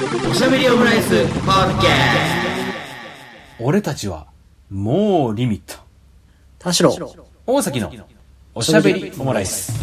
おしゃべりオムライスポッドキャスト。 俺たちはもうリミット。 田代大崎のおしゃべりオムライス。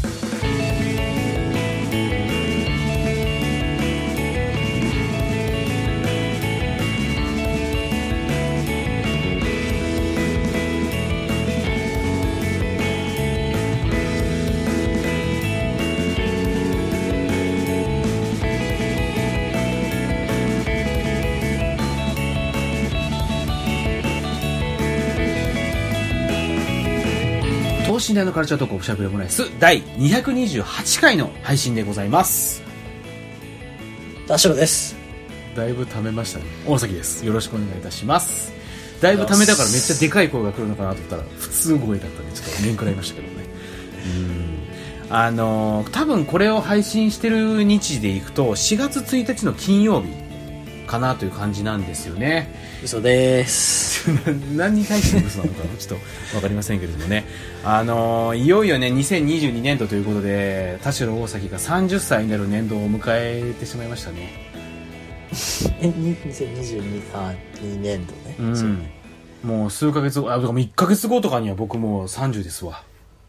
等身大のカルチャートークオフィシャルオムライス第228回の配信でございます。 田代です。 だいぶ溜めましたね。大崎です。よろしくお願いいたします。だいぶ溜めたからめっちゃでかい声が来るのかなと思ったら普通声だったんでちょっと面食らいましたけどね。多分これを配信してる日時でいくと4月1日の金曜日かなという感じなんですよね。 嘘でーす。 何に対しての嘘なのかちょっと分かりませんけれどもね、いよいよね2022年度ということで田代大崎が30歳になる年度を迎えてしまいましたね。 2022年度ね、 もう数ヶ月後、1ヶ月後とかには僕もう30ですわ。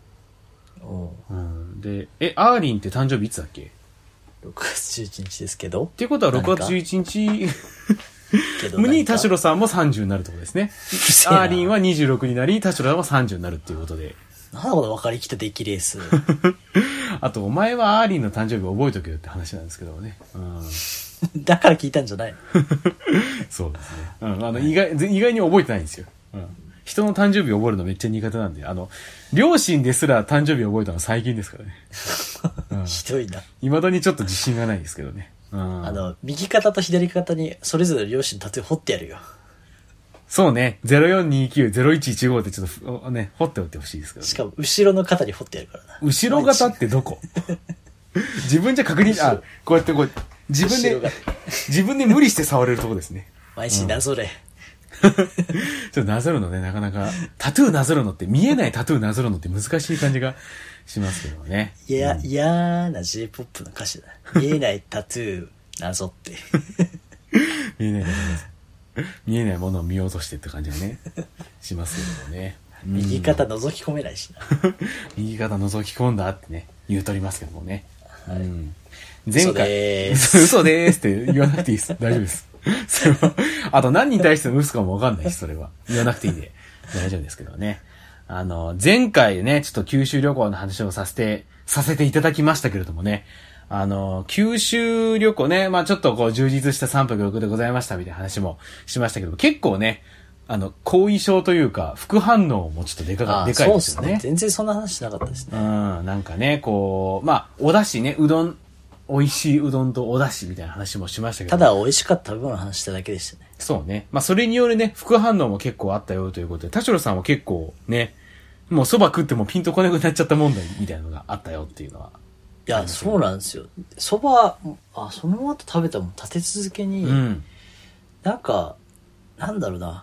でアーリンって誕生日いつだっけ ？6月11日ですけど、 っていうことは6月11日に田代さんも30になるところですね。アーリンは26になり田代は30になるっていうことで、 なんだこの分かりきったデッキレース。 あとお前はアーリンの誕生日覚えとけよって話なんですけどね、 だから聞いたんじゃない。 そうですね、意外に覚えてないんですよ、人の誕生日覚えるのめっちゃ苦手なんで、両親ですら誕生日覚えたの最近ですからね。 ひどいな。 未だにちょっと自信がないですけどね。 右肩と左肩にそれぞれ両親のタトゥー彫ってやるよ。 そうね。0429-0115ってちょっとね、彫っておいてほしいですけど、ね。 しかも後ろの肩に彫ってやるからな。 後ろ肩ってどこ？自分じゃ確認、こうやって自分で無理して触れるとこですね。 毎日なぞれ。 ちょっとなぞるのね、なかなか、タトゥーなぞるのって、見えないタトゥーなぞるのって難しい感じがしますけどね。 嫌な J-POP の歌詞だ。見えないタトゥーなぞって。 見えないものを見ようとしてって感じがね、しますけどね。 右肩覗き込めないしな。 右肩覗き込んだってね、言うとりますけどもね。 前回嘘でーすって言わなくていいです。大丈夫です。それは、あと何に対しての嘘かもわかんないし、それは。言わなくていいんで、大丈夫ですけどね。前回ね、ちょっと九州旅行の話をさせていただきましたけれどもね。九州旅行ね、ちょっと充実した3泊4日でございましたみたいな話もしましたけど、結構ね、後遺症というか、副反応もちょっとでかいですよね。 そうですね。全然そんな話しなかったですね。 なんかね、お出汁ね、美味しいうどんとお出汁みたいな話もしましたけど。 ただ美味しかった食べ物の話しただけでしたね。 そうね。それによるね、副反応も結構あったよということで、田代さんは結構ね、もう蕎麦食ってもピンとこなくなっちゃった問題みたいなのがあったよっていうのは。 いや、そうなんですよ。蕎麦、その後食べたもん立て続けに、なんか、なんだろうな、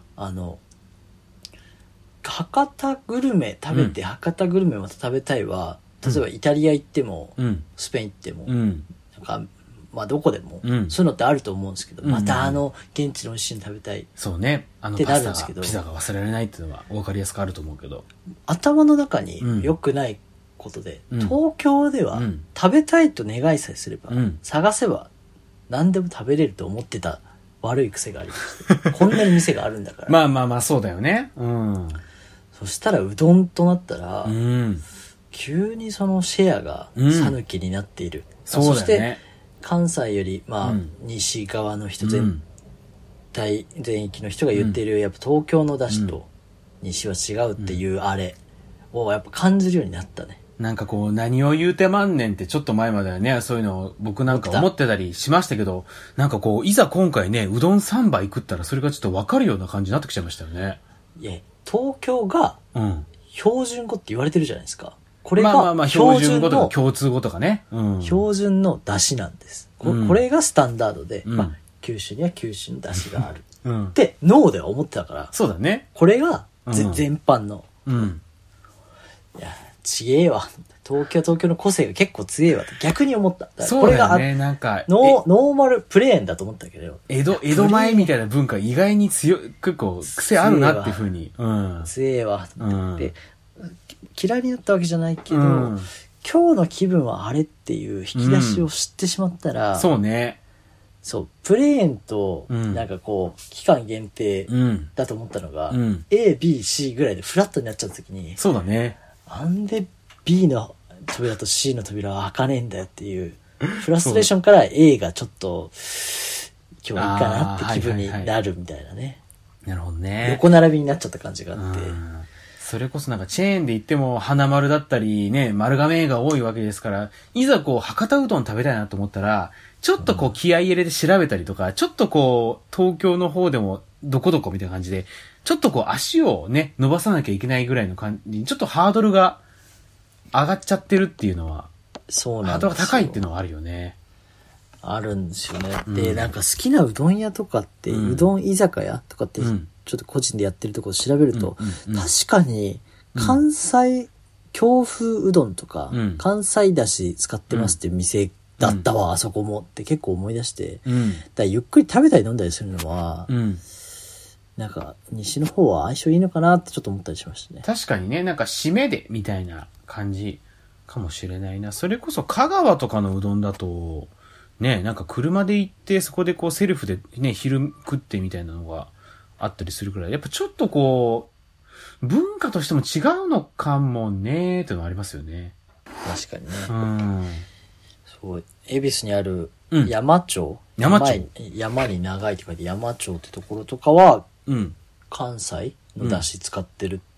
博多グルメ食べて、博多グルメまた食べたいは、例えばイタリア行っても、スペイン行っても、なんか、どこでも、そういうのってあると思うんですけど、また現地の美味しいの食べたい。 そうね。 ってなるんですけど、 ピザが忘れられないっていうのは分かりやすくあると思うけど。 頭の中に良くないことで、東京では食べたいと願いさえすれば、探せば何でも食べれると思ってた悪い癖がありまして、こんなに店があるんだから。 そうだよね。 そしたらうどんとなったら、急にそのシェアが讃岐になっている。 そうだよね。 そして関西より西側の人、全域の人が言っている、やっぱ東京の出汁と西は違うっていうあれをやっぱ感じるようになったね。 なんか何を言うてまんねんってちょっと前まではね、そういうのを僕なんか思ってたりしましたけど、なんかいざ今回ね、うどん3杯食ったらそれがちょっと分かるような感じになってきちゃいましたよね。 いや、東京が標準語って言われてるじゃないですか。これが標準語とか共通語とかね。 標準の出汁なんです。これがスタンダードで、九州には九州の出汁がある。って脳では思ってたから。 そうだね。 これが全般の。いや、 ちげえわ。東京の個性が結構強えわって逆に思った。 そうだよね、なんか。 ノーマルプレーンだと思ったけど。 江戸前みたいな文化意外に結構癖あるなっていう風に。 強えわ。で、嫌いになったわけじゃないけど、今日の気分はあれっていう引き出しを知ってしまったら、 そうね。 そう、プレーンと、なんかこう、期間限定だと思ったのが、A、B、C ぐらいでフラットになっちゃった時に、 そうだね。 なんで B の扉と C の扉は開かねえんだよっていう、フラストレーションから A がちょっと、今日いいかなって気分になるみたいなね。 なるほどね。 横並びになっちゃった感じがあって。 それこそなんかチェーンで言っても花丸だったりね、丸亀が多いわけですから、いざこう博多うどん食べたいなと思ったら、ちょっとこう気合い入れて調べたりとか、ちょっとこう東京の方でもどこどこみたいな感じで、ちょっとこう足をね、伸ばさなきゃいけないぐらいの感じに、ちょっとハードルが上がっちゃってるっていうのは、 そうなんですよ。 ハードルが高いっていうのはあるよね。 あるんですよね。で、なんか好きなうどん屋とかって、うどん居酒屋とかって、ちょっと個人でやってるところ調べると、確かに関西京風うどんとか、関西だし使ってますっていう店だったわ、あそこもって結構思い出して、だからゆっくり食べたり飲んだりするのは、なんか西の方は相性いいのかなってちょっと思ったりしましたね。 確かにね、なんか締めでみたいな感じかもしれないな。それこそ香川とかのうどんだと、ね、なんか車で行ってそこでこうセルフでね、昼食ってみたいなのがあったりするくらい、やっぱちょっとこう、文化としても違うのかもね、っていうのはありますよね。 確かにね。そう、恵比寿にある山町、山に長いって書いて山町ってところとかは、関西の出汁使ってるって、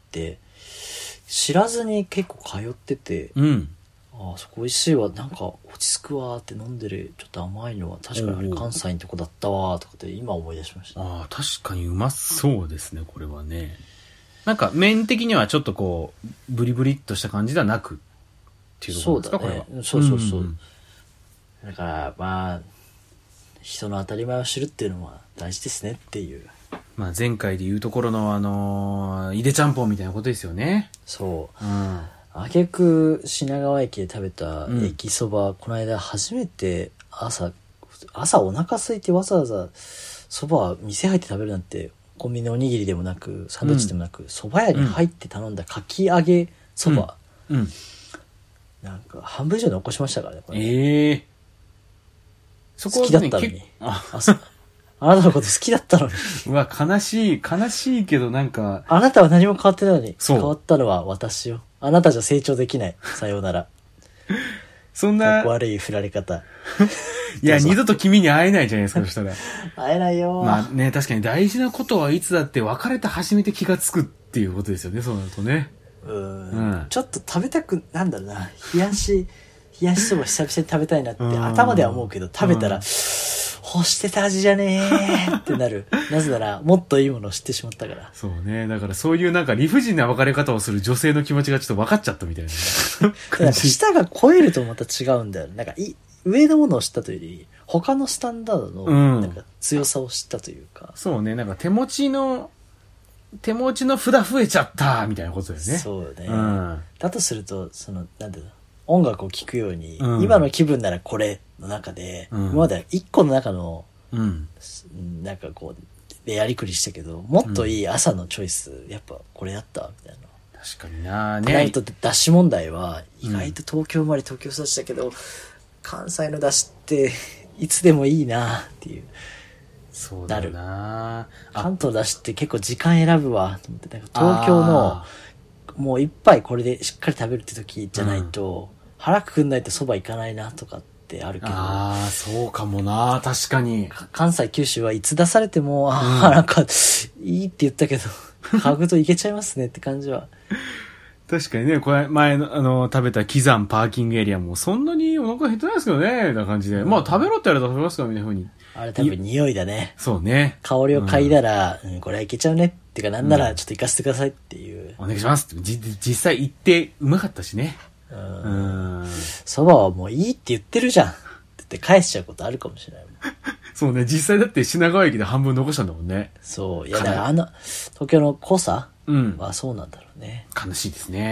知らずに結構通ってて、あそこ美味しいわ、なんか落ち着くわって飲んでるちょっと甘いのは確かにあれ関西のとこだったわとかって今思い出しました。 ああ、確かにうまそうですね、これはね。なんか麺的にはちょっとこうブリブリっとした感じではなくっていうところですか、これは。 そう。だからまあ人の当たり前を知るっていうのは大事ですねっていう。 まあ前回で言うところのいでちゃんぽんみたいなことですよね。 そう。挙句品川駅で食べた駅そば、この間初めて朝お腹空いてわざわざそば店入って食べるなんて、コンビニのおにぎりでもなくサンドイッチでもなく、そば屋に入って頼んだかき揚げそば、なんか半分以上残しましたからね、これ。 そこ好きだったのに。あなたのこと好きだったのに。 うわ、悲しいけどなんか。 あなたは何も変わってないのに。変わったのは私よ。あなたじゃ成長できない。さようなら。 そんな。 かっこ悪い振られ方。 いや、二度と君に会えないじゃないですか、そしたら。 会えないよ。 まあね、確かに大事なことはいつだって別れて初めて気がつくっていうことですよね、そうなるとね。 ちょっと食べたく、なんだろうな。冷やしそば久々に食べたいなって頭では思うけど、食べたら、欲してた味じゃねーってなる。なぜなら、もっといいものを知ってしまったから。 そうね。だからそういうなんか理不尽な別れ方をする女性の気持ちがちょっと分かっちゃったみたいな。 舌が超えるとまた違うんだよ。なんか上のものを知ったというより、他のスタンダードのなんか強さを知ったというか。 そうね。なんか手持ちの札増えちゃったみたいなことですね。 そうね。だとすると、なんていうの、音楽を聴くように、今の気分ならこれの中で、今までは一個の中の、なんかこう、でやりくりしたけど、もっといい朝のチョイス、やっぱこれだったみたいな。 確かになね。 ナイトってダッシュ問題は、意外と東京生まれ東京育ちだけど、関西のダッシュっていつでもいいなっていう。 そうだな関東のダッシュって結構時間選ぶわと思って、なんか東京の、もう一杯これでしっかり食べるって時じゃないと、腹くくんないとそば行かないなとかってあるけど。 そうかもな確かに。 関西九州はいつ出されても、なんか、いいって言ったけど、嗅ぐといけちゃいますねって感じは。 確かにね、これ前の食べた喜山パーキングエリアもそんなにお腹減ってないですけどね、みたいな感じで。まあ食べろってやると食べますからみたいな風に。 あれ多分匂いだね。 そうね。 香りを嗅いだら、これはいけちゃうねってか、なんならちょっと行かせてくださいっていう。 お願いしますって。実際行ってうまかったしね。 そばはもういいって言ってるじゃんって言って返しちゃうことあるかもしれないもん。 そうね、実際だって品川駅で半分残したんだもんね。 そう。いや、だから東京の濃さはそうなんだろうね。 悲しいですね。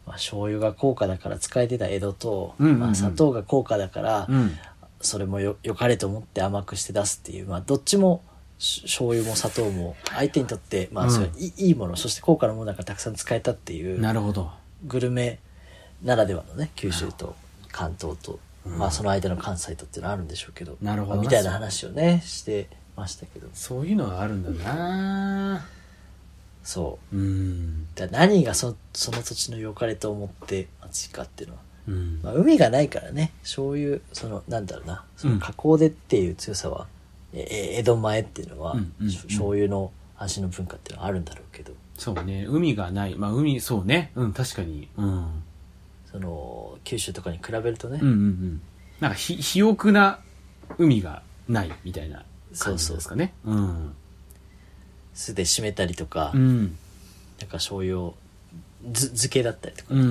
まあ、醤油が高価だから使えてた江戸と、 うんうんうんまあ、砂糖が高価だから、 うん。 それも良かれと思って甘くして出すっていう、まあ、どっちも醤油も砂糖も相手にとって、まあ、それいいもの、そして高価なものだからたくさん使えたっていうなるほど。 グルメならではのね、九州と関東と、まあその間の関西とっていうのはあるんでしょうけど、 なるほどまあみたいな話をねしてましたけど、 そういうのがあるんだな。 そう。 うん。 だから何がその土地の良かれと思って町かっていうのは、 うん。 まあ、海がないからね、醤油、そのなんだろうな、その加工でっていう強さは、江戸前っていうのは、醤油の味の文化っていうのはあるんだろうけど、 そうね、海がない。まあ海、そうね。うん、確かに。うん。 その九州とかに比べるとね、 うんうんうん。なんか肥沃な海がないみたいな感じですかね。うん。 酢で締めたりとか、 うん。 なんか醤油を漬けだったりとか、 うんうんうん。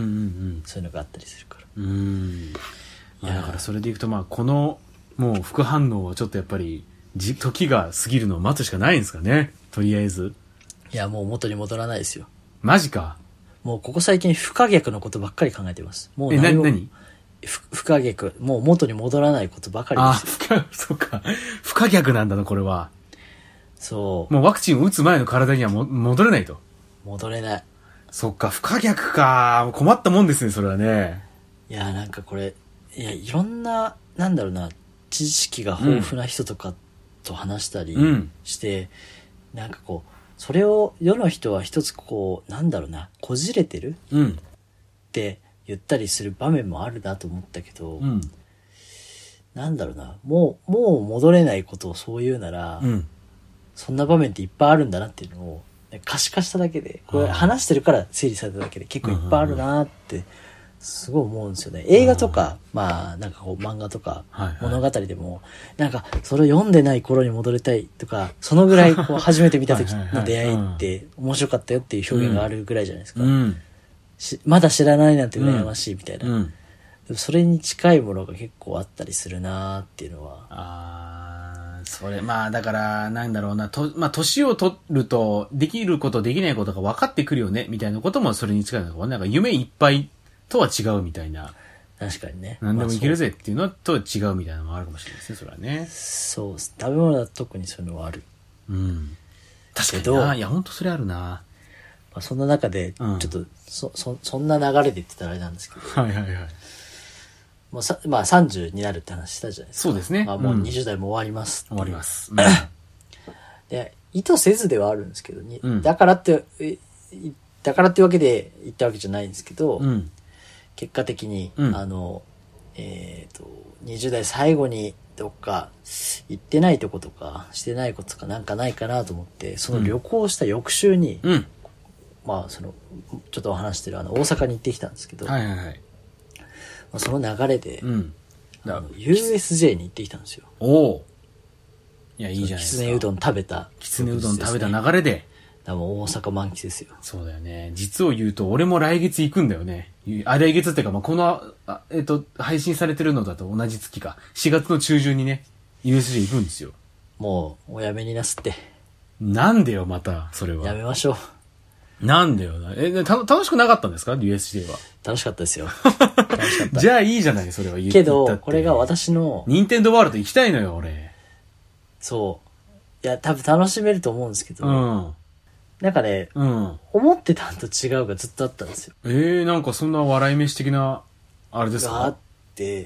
そういうのがあったりするから。 まあだからそれでいくと、まあこの、もう副反応はちょっとやっぱり、時が過ぎるのを待つしかないんですかね。とりあえず。 いや、もう元に戻らないですよ。 マジか。 もうここ最近不可逆のことばっかり考えてます。もう何不可逆。もう元に戻らないことばかりですよ。 そうか。不可逆なんだな、これは。 そう。 もうワクチンを打つ前の体には戻れないと。 戻れない。 そっか、不可逆か。困ったもんですね、それはね。 いや、なんかこれ、いや、いろんな、なんだろうな、知識が豊富な人とかと話したりして、なんかこう、それを世の人は一つこう、なんだろうな、こじれてるって言ったりする場面もあるなと思ったけど、なんだろうな、もう戻れないことをそう言うなら、そんな場面っていっぱいあるんだなっていうのを可視化しただけで、これ話してるから整理されただけで結構いっぱいあるなってすごい思うんですよね。映画とか、まあなんかこう漫画とか物語でも、なんかそれを読んでない頃に戻りたいとか、そのぐらいこう初めて見た時の出会いって面白かったよっていう表現があるぐらいじゃないですか。まだ知らないなんて羨ましいみたいな。でもそれに近いものが結構あったりするなーっていうのは。 それ、まあだから、なんだろうな、まあ年を取ると、できることできないことが分かってくるよね、みたいなこともそれに近いのかな。なんか夢いっぱいとは違うみたいな。 確かにね。 何でもいけるぜっていうのと違うみたいなのもあるかもしれないですね、それはね。 そうです。食べ物だと特にそういうのはある。 確かにな。いや、ほんとそれあるな。 まあ、そんな中で、ちょっと、そんな流れで言ってたらあれなんですけど。 はいはいはい。 もうまあ30になるって話したじゃないですか。 そうですね。 まあもう20代も終わります。 終わります。 で、意図せずではあるんですけど、だからっていうわけで言ったわけじゃないんですけど、結果的に、20代最後にどっか行ってないとことか、してないこととかなんかないかなと思って、その旅行した翌週に、まあちょっと話してる大阪に行ってきたんですけど、 はいはいはい。 その流れで、USJ に行ってきたんですよ。 おー。いや、いいじゃないですか。 きつねうどん食べた。 きつねうどん食べた流れで。 多分大阪満喫ですよ。 そうだよね。実を言うと、俺も来月行くんだよね。来月っていうか、まあ、この、配信されてるのだと同じ月か。4月の中旬にね、USJ 行くんですよ。 もう、おやめになすって。 なんでよ、また、それは。 やめましょう。 なんだよな。楽しくなかったんですか ?USJ は。 楽しかったですよ。楽しかった。 じゃあいいじゃない、それは言ってけど、これが私の。 ニンテンドーワールド行きたいのよ、俺。 そう。いや、多分楽しめると思うんですけど。なんかね、思ってたんと違うがずっとあったんですよ。 なんかそんな笑い飯的な、あれですか？ があって、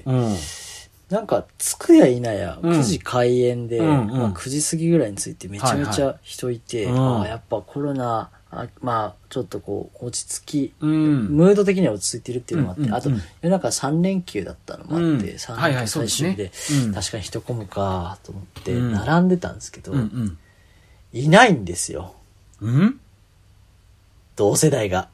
なんか、着くやいなや、9時開演で、まあ9時過ぎぐらいに着いてめちゃめちゃ人いて、やっぱコロナ、まあ、ちょっとこう、落ち着き、ムード的には落ち着いてるっていうのもあって、あと、夜中3連休だったのもあって、3連休最終で、確かに人混むかと思って、並んでたんですけど、いないんですよ。同世代が。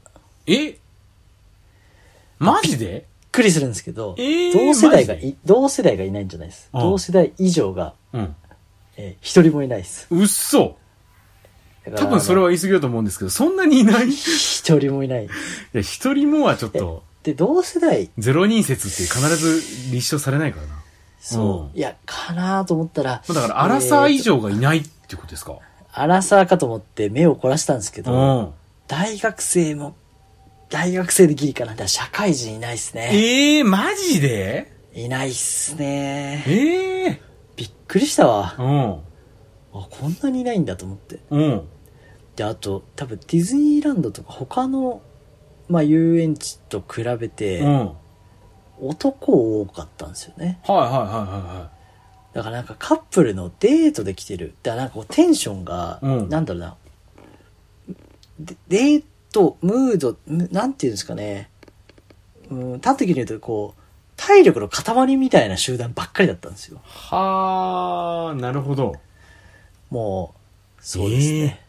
マジで？ びっくりするんですけど、同世代がいないんじゃないです。同世代以上が、一人もいないです。 うっそ。多分それは言い過ぎだと思うんですけど、そんなにいない？ 一人もいない。いや、一人もはちょっと。 で、同世代。 0人説って必ず立証されないからな。 そう。いや、かなと思ったら。 だから、アラサー以上がいないってことですか？ アラサーかと思って目を凝らしたんですけど、大学生も大学生でギリかな。だから社会人いないっすね。 マジで？ いないっすね。びっくりしたわ。こんなにいないんだと思って。で、あと、多分ディズニーランドとか他の、まあ、遊園地と比べて、男多かったんですよね。だからなんかカップルのデートで来てる。だからなんかこうテンションが、なんだろうな。デート、ムード、なんていうんですかね。端的に言うとこう、体力の塊みたいな集団ばっかりだったんですよ。 なるほど。 もう、そうですね。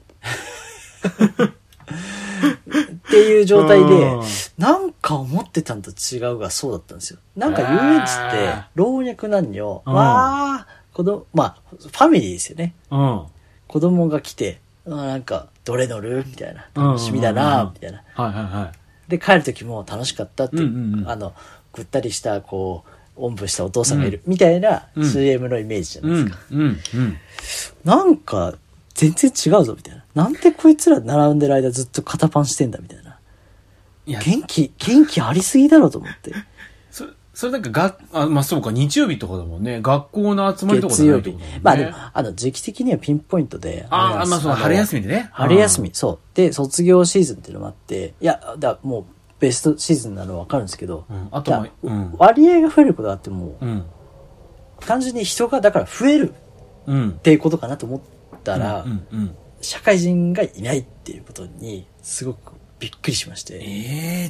っていう状態で、なんか思ってたんと違うがそうだったんですよ。なんか遊園地って、老若男女、子供、まあ、ファミリーですよね。子供が来て、なんか、どれ乗るみたいな。楽しみだなみたいな。で、帰る時も楽しかったって、ぐったりした、こう、おんぶしたお父さんがいる、みたいな CM のイメージじゃないですか。なんか、全然違うぞ、みたいな。なんでこいつら並んでる間ずっと肩パンしてんだ、みたいな。元気ありすぎだろうと思って。 それなんかまあそうか、日曜日とかだもんね。学校の集まりとかじゃないってことだもんね。 まあでも、時期的にはピンポイントで。 まあそう、春休みでね。 春休み、そう。で、卒業シーズンっていうのもあって、もう、ベストシーズンなのはわかるんですけど、あとは、割合が増えることがあっても、単純に人がだから増えるっていうことかなと思ったら、社会人がいないっていうことにすごくびっくりしまして、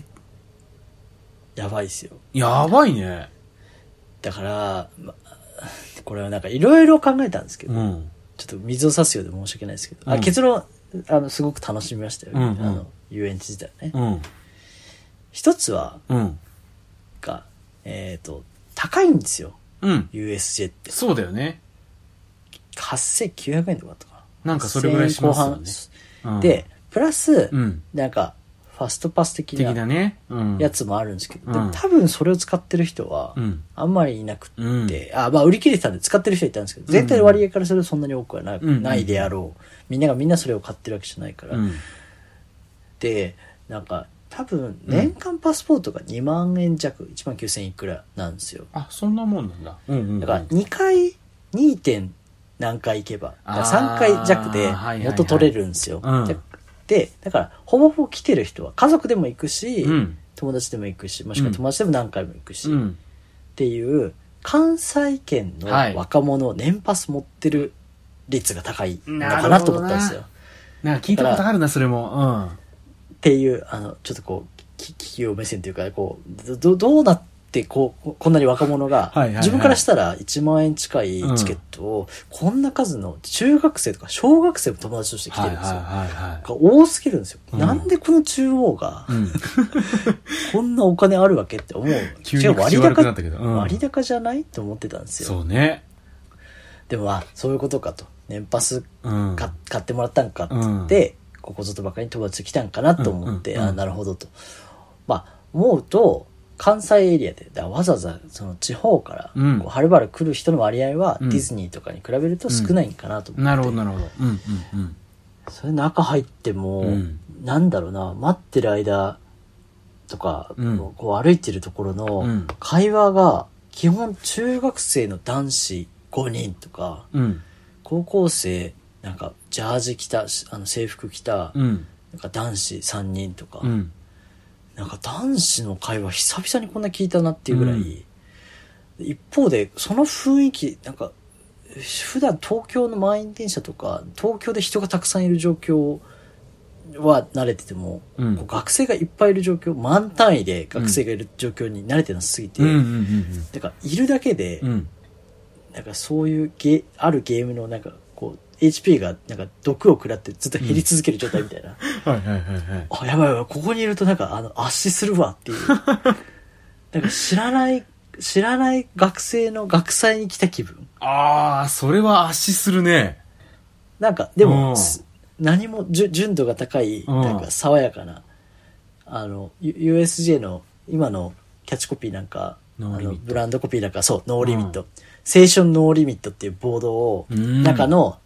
やばいですよ。 やばいね。 だから、これはなんかいろいろ考えたんですけど、ちょっと水を差すようで申し訳ないですけど、結論すごく楽しみましたよ、遊園地自体ね。一つは、高いんですよ。USJ って。 そうだよね。 8900円とかだったかな。 なんかそれぐらいしますよね。 で、プラス、なんか、ファストパス的なやつもあるんですけど、でも多分それを使ってる人は、あんまりいなくて、まあ売り切れてたんで使ってる人はいたんですけど、全体の割合からするとそんなに多くはないであろう。みんなそれを買ってるわけじゃないから。で、なんか、多分、年間パスポートが2万円弱、1万9000いくらなんですよ。 そんなもんなんだ。 だから2回、2. 点何回行けば、3回弱で元取れるんですよ。で、だから、ほぼほぼ来てる人は家族でも行くし、友達でも行くし、もしくは友達でも何回も行くし、っていう、関西圏の若者、年パス持ってる率が高いのかなと思ったんですよ。 なんか聞いたことあるな、それも。 っていう、ちょっとこう、企業目線というか、こう、どうなってこんなに若者が、自分からしたら1万円近いチケットを、こんな数の中学生とか小学生も友達として来てるんですよ。多すぎるんですよ。なんでこの中央が、こんなお金あるわけって思う。割高じゃないって思ってたんですよ。 そうね。 でもそういうことかと。年パス買ってもらったんかって言って、ここぞとばかりに友達来たんかなと思って、なるほどと。まあ、思うと、関西エリアで、わざわざその地方から、はるばる来る人の割合は、ディズニーとかに比べると少ないんかなと思って。 なるほど、なるほど。 それ中入っても、なんだろうな、待ってる間とか、こう歩いてるところの会話が、基本中学生の男子5人とか、高校生、なんか、ジャージ着た、制服着た、なんか男子3人とか、なんか男子の会話久々にこんな聞いたなっていうぐらい、一方で、その雰囲気、なんか、普段東京の満員電車とか、東京で人がたくさんいる状況は慣れてても、こう学生がいっぱいいる状況、満単位で学生がいる状況に慣れてなさすぎて、だからいるだけで、なんかそういうあるゲームのなんか、こう、HP がなんか毒を食らってずっと減り続ける状態みたいな。やばいやばい、ここにいるとなんか圧死するわっていう。なんか知らない学生の学祭に来た気分。 それは圧死するね。 なんか、でも、何も純度が高い、なんか爽やかな、USJ の今のキャッチコピーなんか、ブランドコピーなんか、そう、ノーリミット。青春ノーリミットっていうボードを、中の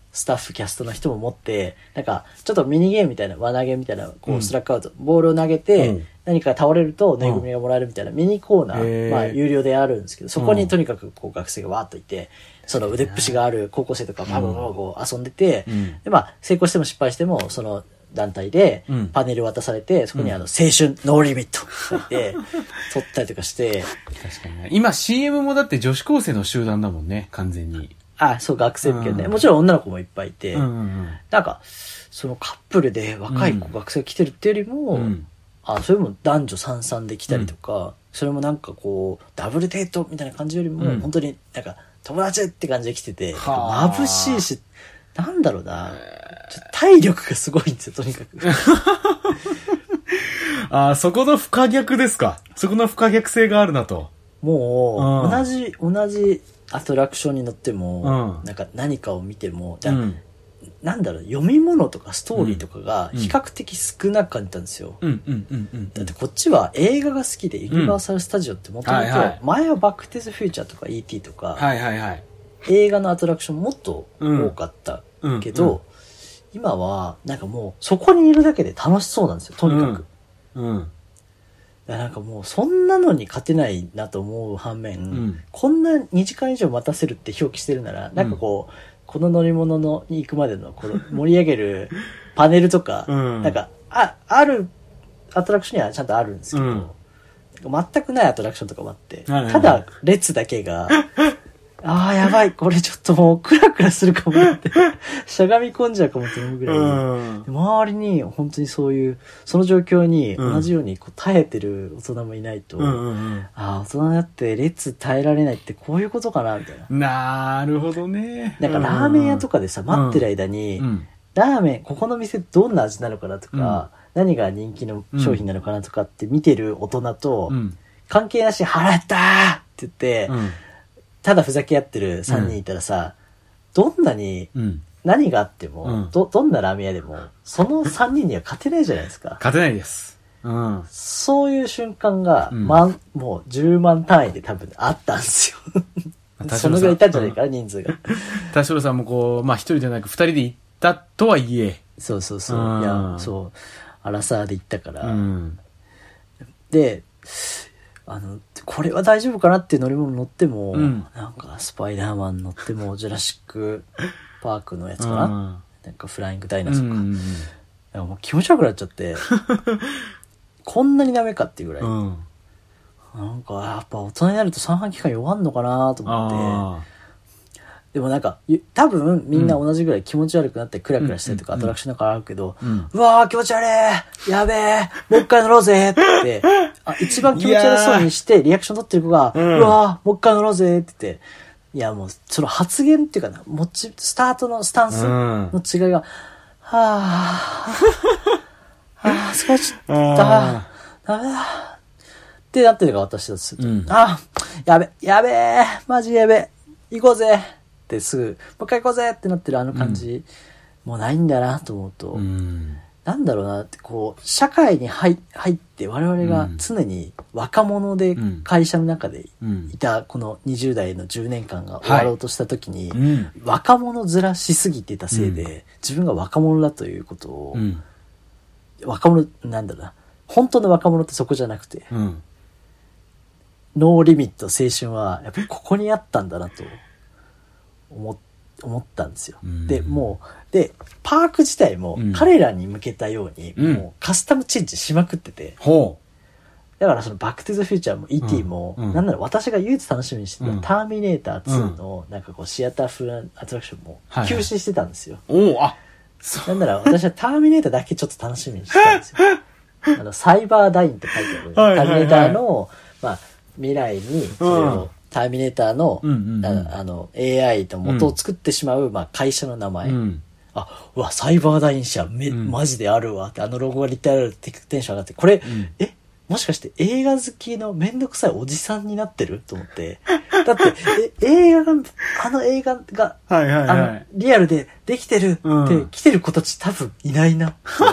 スタッフ、キャストの人も持って、なんか、ちょっとミニゲームみたいな、輪投げみたいな、こう、ストラックアウト、ボールを投げて、何か倒れると、ぬいぐるみがもらえるみたいなミニコーナー、まあ、有料であるんですけど、そこにとにかく、こう、学生がわーっといて、その腕っぷしがある高校生とか、バブバブこう遊んでて、で、まあ、成功しても失敗しても、その、団体で、パネル渡されて、そこに青春、ノーリミットって書いて、撮ったりとかして。 確かにね。今 CM もだって女子高生の集団だもんね、完全に。 あ、そう、学生向けね。もちろん女の子もいっぱいいて、なんか、そのカップルで若い子、学生が来てるっていうよりも、それも男女三々で来たりとか、それもなんかこう、ダブルデートみたいな感じよりも、本当になんか、友達って感じで来てて、眩しいし、なんだろうな、体力がすごいんですよ、とにかく。 そこの不可逆ですか。そこの不可逆性があるなと。 もう、同じアトラクションに乗っても、なんか何かを見ても、なんだろう、読み物とかストーリーとかが比較的少なかったんですよ。だってこっちは映画が好きで、ユニバーサル・スタジオってもともと、前はバック・トゥ・ザ・フューチャーとか E.T. とか、映画のアトラクションもっと多かったけど、今はなんかもうそこにいるだけで楽しそうなんですよ、とにかく。なんかもうそんなのに勝てないなと思う反面、こんな2時間以上待たせるって表記してるなら、なんかこう、この乗り物に行くまでのこの盛り上げるパネルとか、なんかあるアトラクションにはちゃんとあるんですけど、全くないアトラクションとかもあって、ただ列だけが、やばい、これちょっともうクラクラするかもって、しゃがみ込んじゃうかもって思うぐらい、周りに本当にそういう、その状況に同じようにこう耐えてる大人もいないと、大人になって列耐えられないってこういうことかな、みたいな。 なるほどね。 なんかラーメン屋とかでさ、待ってる間に、ラーメン、ここの店どんな味なのかなとか、何が人気の商品なのかなとかって見てる大人と、関係なし払ったーって言って、ただふざけ合ってる3人いたらさ、どんなに何があっても、どんなラーメン屋でも、その3人には勝てないじゃないですか。 勝てないです。 そういう瞬間が、もう10万単位で多分あったんですよ。そのぐらいいたんじゃないかな、人数が。 田代さんもこう、まあ一人じゃなく2人で行ったとはいえ。 そう。いや、そう。アラサーで行ったから。で、これは大丈夫かなっていう乗り物乗っても、なんかスパイダーマン乗っても、ジュラシックパークのやつかな、なんかフライングダイナソーか。もう気持ち悪くなっちゃって、こんなにダメかっていうぐらい。なんかやっぱ大人になると三半規管弱んのかなと思って、でもなんか、多分みんな同じぐらい気持ち悪くなってクラクラしたりとかアトラクションなんかあるけど、うわー気持ち悪いやべえもう一回乗ろうぜって、一番気持ち悪そうにしてリアクション取ってる子が、うわーもう一回乗ろうぜって言って、いやもうその発言っていうかな、スタートのスタンスの違いが、疲れちゃった、ダメだってなってるのが私だとすると、やべえマジやべえ行こうぜってすぐ、もう一回行こうぜってなってるあの感じ、もうないんだなと思うと、なんだろうなって、こう、社会に入って我々が常に若者で会社の中でいたこの20代の10年間が終わろうとした時に、若者面しすぎてたせいで、自分が若者だということを、若者、なんだろうな、本当の若者ってそこじゃなくて、ノーリミット青春はやっぱりここにあったんだなと思ったんですよ。で、パーク自体も彼らに向けたように、もうカスタムチェンジしまくってて、だからそのバックトゥザフューチャーも E.T. も、なんなら私が唯一楽しみにしてたターミネーター2のなんかこうシアター風アトラクションも休止してたんですよ。なんなら私はターミネーターだけちょっと楽しみにしてたんですよ。サイバーダインって書いてある、ターミネーターの、未来にそれを、ターミネーターの、AI と元を作ってしまう、会社の名前。うわ、サイバーダイン社、マジであるわって、ロゴが立体あるってテンション上がって、これ、もしかして映画好きのめんどくさいおじさんになってると思って。だって、映画が、リアルでできてるって来てる子たち多分いないなって思って。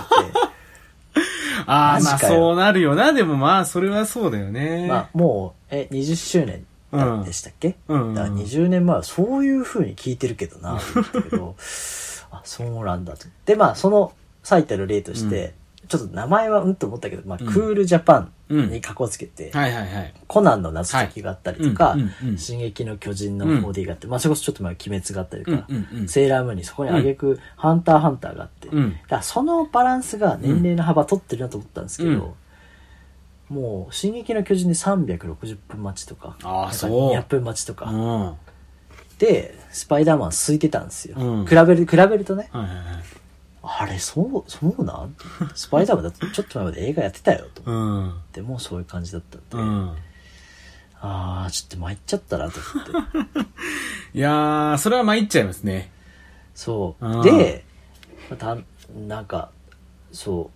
そうなるよな。でもそれはそうだよね。 もう、20周年でしたっけ？だから20年前はそういう風に聞いてるけどな、だけど、 あ、そうなんだと。で、まあ、その最たる例として、ちょっと名前はと思ったけど、まあ、クールジャパンにカコつけて、 はいはいはい。 コナンの謎解きがあったりとか、 はい進撃の巨人の 4D があって、まあ、それこそちょっと鬼滅があったりとか、 うんセーラームーンにそこに挙げく、ハンターハンターがあって、だからそのバランスが年齢の幅取ってるなと思ったんですけど、もう、進撃の巨人で360分待ちとか、 ああ、そう。 200分待ちとか、で、スパイダーマン空いてたんですよ。比べるとね。 はいはいはい。 あれ、そうなんスパイダーマンだってちょっと前まで映画やってたよと。でもそういう感じだったんで。あー、ちょっと参っちゃったなと思って。 いやー、それは参っちゃいますね。 そう。で、なんか、そう、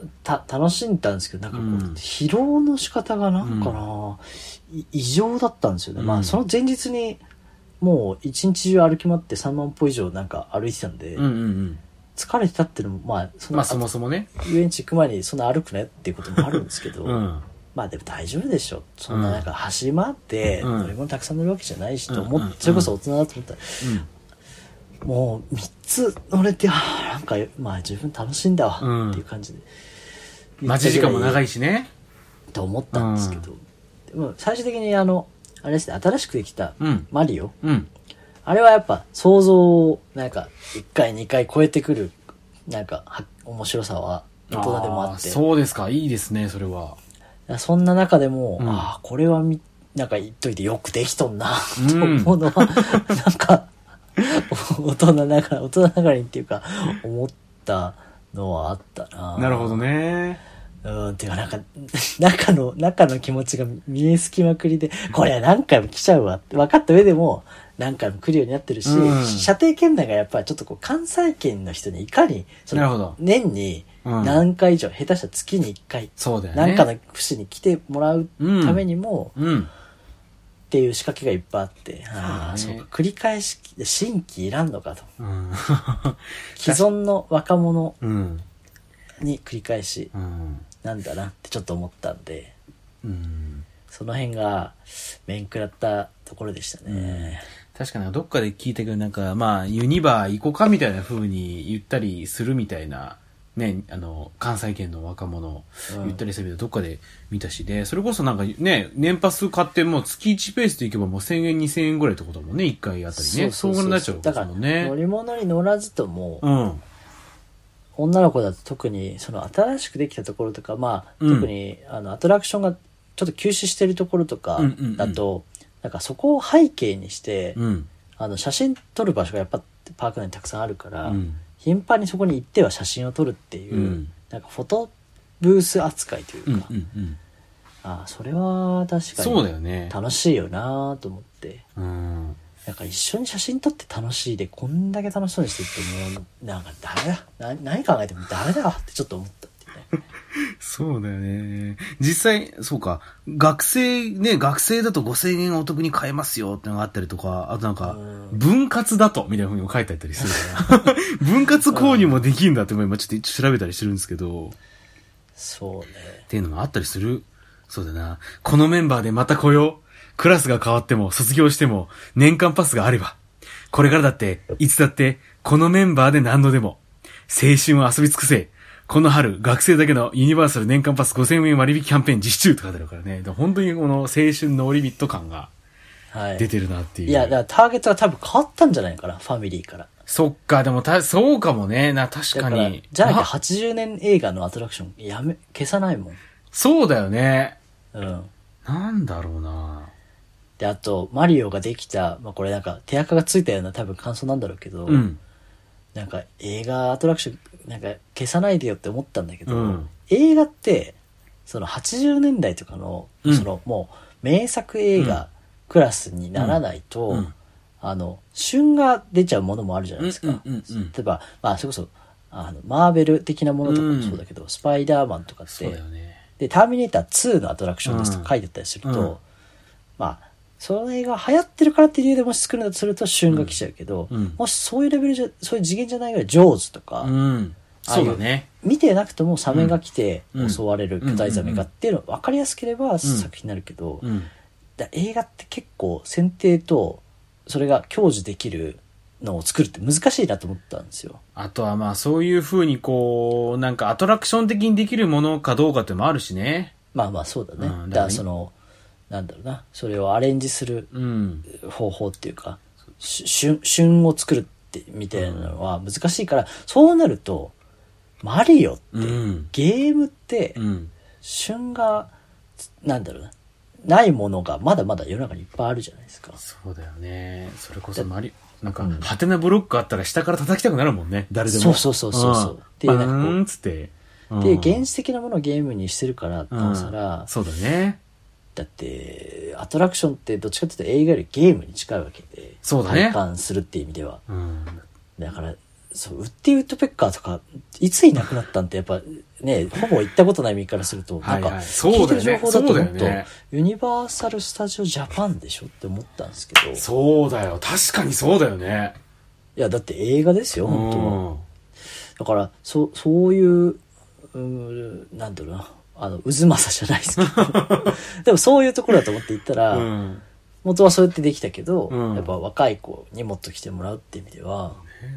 楽しんだんですけど、なんかこう、疲労の仕方がなんかな、異常だったんですよね。まあ、その前日に、もう一日中歩き回って3万歩以上なんか歩いてたんで、疲れてたっていうのも、まあ、 そもそもね。 遊園地行く前にそんな歩くねっていうこともあるんですけど、まあでも大丈夫でしょ。そんななんか走り回って乗り物たくさん乗るわけじゃないしと思って、それこそ大人だと思ったら、もう3つ乗れて、なんかまあ十分楽しんだわっていう感じで。 待ち時間も長いしね。 と思ったんですけど、でも最終的にあれですね、新しくできたマリオ。あれはやっぱ想像をなんか1回2回超えてくるなんか面白さは大人でもあって。 そうですか、いいですね、それは。 そんな中でも、これはなんか言っといてよくできとんな、と思うのは、なんか、大人ながらにっていうか、思ったのはあったな。 なるほどね。 てかなんか、中の気持ちが見えすきまくりで、これ何回も来ちゃうわって分かった上でも、何回も来るようになってるし、射程圏内がやっぱりちょっとこう関西圏の人にいかに、年に何回以上、下手したら月に1回、何かの節に来てもらうためにも、っていう仕掛けがいっぱいあって、そうか、繰り返し、新規いらんのかと。既存の若者に繰り返し、なんだなってちょっと思ったんで、その辺が面食らったところでしたね。 確かにどっかで聞いてくるなんか、まあ、ユニバー行こうかみたいな風に言ったりするみたいな、ね、関西圏の若者言ったりするけど、どっかで見たしで、それこそなんかね、年パス買ってもう月1ペースで行けばもう1000円2000円ぐらいってことだもんね、1回あたりね。そうなっちゃうわけですもんね。 だから乗り物に乗らずとも、女の子だと特にその新しくできたところとか、まあ、特にアトラクションがちょっと休止してるところとかだと、なんかそこを背景にして、写真撮る場所がやっぱパーク内にたくさんあるから、頻繁にそこに行っては写真を撮るっていう、なんかフォトブース扱いというか、それは確かに楽しいよなと思って、なんか一緒に写真撮って楽しいでこんだけ楽しそうにしてるってもうなんかダメだ、何考えてもダメだってちょっと思ったっていうね。 そうだよね。実際、そうか、学生だと5000円お得に買えますよってのがあったりとか、あとなんか、分割だとみたいな風にも書いてあったりするから、分割購入もできるんだって今ちょっと調べたりしてるんですけど、 そうね。 っていうのがあったりする。そうだな。このメンバーでまた来よう。クラスが変わっても、卒業しても、年間パスがあれば、これからだって、いつだって、このメンバーで何度でも、青春を遊び尽くせ。この春、学生だけのユニバーサル年間パス5000円割引キャンペーン実施中って書いてあるからね。本当にこの青春ノーリミット感が出てるなっていう。 いや、だからターゲットが多分変わったんじゃないかな、ファミリーから。 そっか、でもそうかもね。確かに。 じゃあ80年映画のアトラクション消さないもん。 そうだよね。 なんだろうな。 で、あと、マリオができた、まあ、これなんか手垢がついたような多分感想なんだろうけど、なんか映画アトラクションなんか消さないでよって思ったんだけど、映画ってその80年代とかの、そのもう名作映画クラスにならないと、旬が出ちゃうものもあるじゃないですか。例えば、まあそれこそマーベル的なものとかもそうだけど、スパイダーマンとかって、でターミネーター2のアトラクションですとか書いてあったりすると、まあその映画流行ってるからっていう理由でもし作るんだとすると旬が来ちゃうけど、もしそういうレベルそういう次元じゃないぐらいジョーズとか、 そうだね。 見てなくてもサメが来て襲われる巨大ザメがっていうの分かりやすければ作品になるけど、映画って結構選定とそれが享受できるのを作るって難しいなと思ったんですよ。 あとはまあそういう風にこう、なんかアトラクション的にできるものかどうかってもあるしね。 まあまあそうだね。 うんだからその、なんだろうな、それをアレンジする方法っていうか、旬を作るってみたいなのは難しいから、そうなると、マリオって、ゲームって、旬が、なんだろうな、ないものがまだまだ世の中にいっぱいあるじゃないですか。 そうだよね。それこそなんか、ハテナブロックあったら下から叩きたくなるもんね。誰でも。 そう。っていう、なんかつって。 で、原始的なものをゲームにしてるからなおさら、 そうだね。 だって、アトラクションってどっちかっていうと映画よりゲームに近いわけで、 そうだね。 体感するっていう意味では。だから、そう、ウッディ・ウッドペッカーとか、いついなくなったんってやっぱね、ほぼ行ったことない身からすると、なんか、聞いてる情報だともっと、ユニバーサル・スタジオ・ジャパンでしょって思ったんですけど。 そうだよ。確かにそうだよね。 いや、だって映画ですよ、本当は。だから、そういう、なんだろうな、渦政じゃないですけど。でもそういうところだと思って行ったら、元はそうやってできたけど、やっぱ若い子にもっと来てもらうっていう意味では、